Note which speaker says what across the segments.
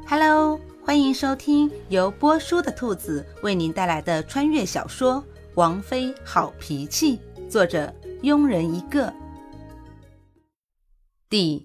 Speaker 1: Hello， 欢迎收听由波叔的兔子为您带来的穿越小说《王妃好脾气》，作者庸人一个。第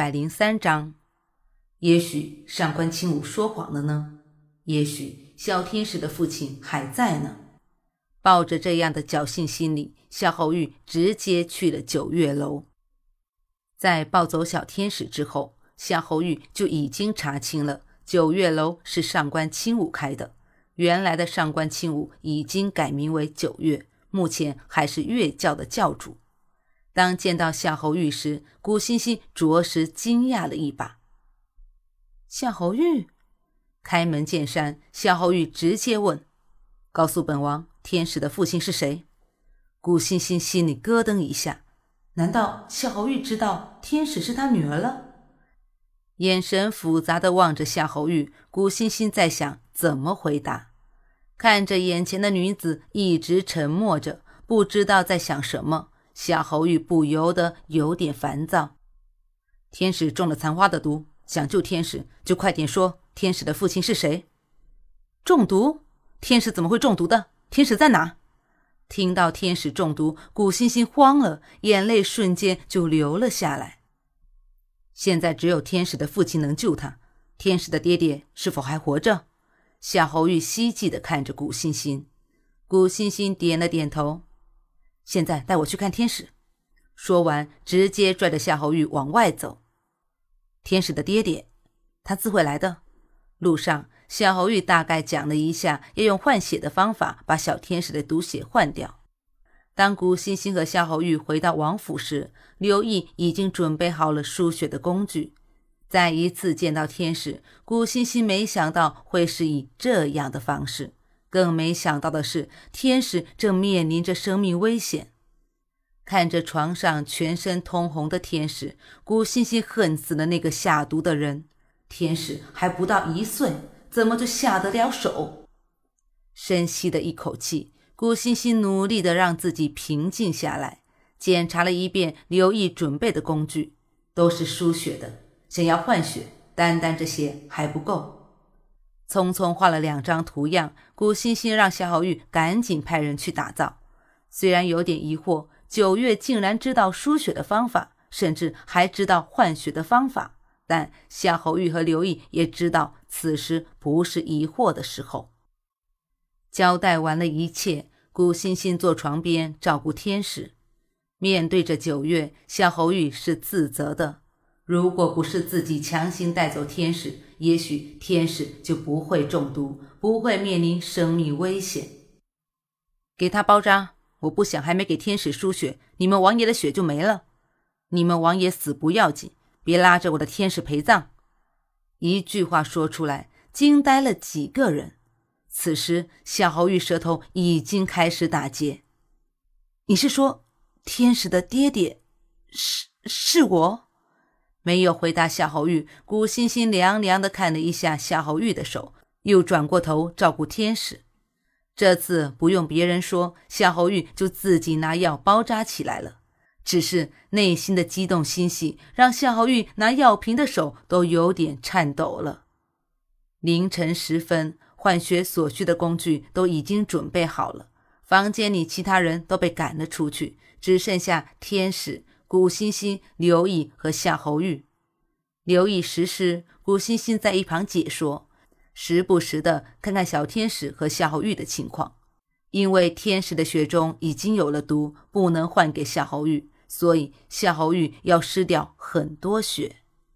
Speaker 1: 103章，也许上官清武说谎了呢，也许小天使的父亲还在呢。抱着这样的侥幸心理，夏侯玉直接去了九月楼。在抱走小天使之后，夏侯玉就已经查清了九月楼是上官清武开的，原来的上官清武已经改名为九月，目前还是月教的教主。当见到夏侯玉时，古欣欣着实惊讶了一把。夏侯玉？开门见山，夏侯玉直接问：告诉本王，天使的父亲是谁？古欣欣心里咯噔一下，难道夏侯玉知道天使是他女儿了？眼神复杂地望着夏侯玉，古欣欣在想怎么回答。看着眼前的女子一直沉默着，不知道在想什么，夏侯玉不由得有点烦躁。天使中了残花的毒，想救天使就快点说天使的父亲是谁。中毒？天使怎么会中毒的？天使在哪？听到天使中毒，古欣欣慌了，眼泪瞬间就流了下来。现在只有天使的父亲能救他，天使的爹爹是否还活着？夏侯玉希冀地看着古欣欣。古欣欣点了点头。现在带我去看天使。说完，直接拽着夏侯玉往外走。天使的爹爹，他自会来的。路上，夏侯玉大概讲了一下要用换血的方法把小天使的毒血换掉。当古欣欣和夏侯玉回到王府时，刘毅已经准备好了输血的工具。再一次见到天使，古欣欣没想到会是以这样的方式，更没想到的是，天使正面临着生命危险。看着床上全身通红的天使，古欣欣恨死了那个下毒的人。天使还不到1岁，怎么就下得了手？深吸了一口气，古欣欣努力地让自己平静下来，检查了一遍刘毅准备的工具，都是输血的，想要换血，单单这些还不够。匆匆画了2张图样，古欣欣让夏侯玉赶紧派人去打造。虽然有点疑惑，9月竟然知道输血的方法，甚至还知道换血的方法，但夏侯玉和刘毅也知道此时不是疑惑的时候。交代完了一切，古欣欣坐床边照顾天使。面对着9月，夏侯玉是自责的。如果不是自己强行带走天使，也许天使就不会中毒，不会面临生命危险。给他包扎，我不想还没给天使输血，你们王爷的血就没了。你们王爷死不要紧，别拉着我的天使陪葬。一句话说出来，惊呆了几个人。此时夏侯玉舌头已经开始打结。你是说天使的爹爹是我？没有回答夏侯玉，古欣欣凉凉地看了一下夏侯玉的手，又转过头照顾天使。这次不用别人说，夏侯玉就自己拿药包扎起来了。只是内心的激动欣喜让夏侯玉拿药瓶的手都有点颤抖了。凌晨时分，换血所需的工具都已经准备好了，房间里其他人都被赶了出去，只剩下天使、古欣欣、刘毅和夏侯玉。刘毅实施，古欣欣在一旁解说，时不时的看看小天使和夏侯玉的情况。因为天使的血中已经有了毒，不能换给夏侯玉，所以夏侯玉要失掉很多血。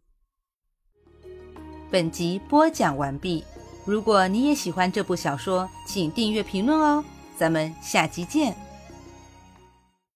Speaker 1: 本集播讲完毕，如果你也喜欢这部小说，请订阅评论哦，咱们下集见。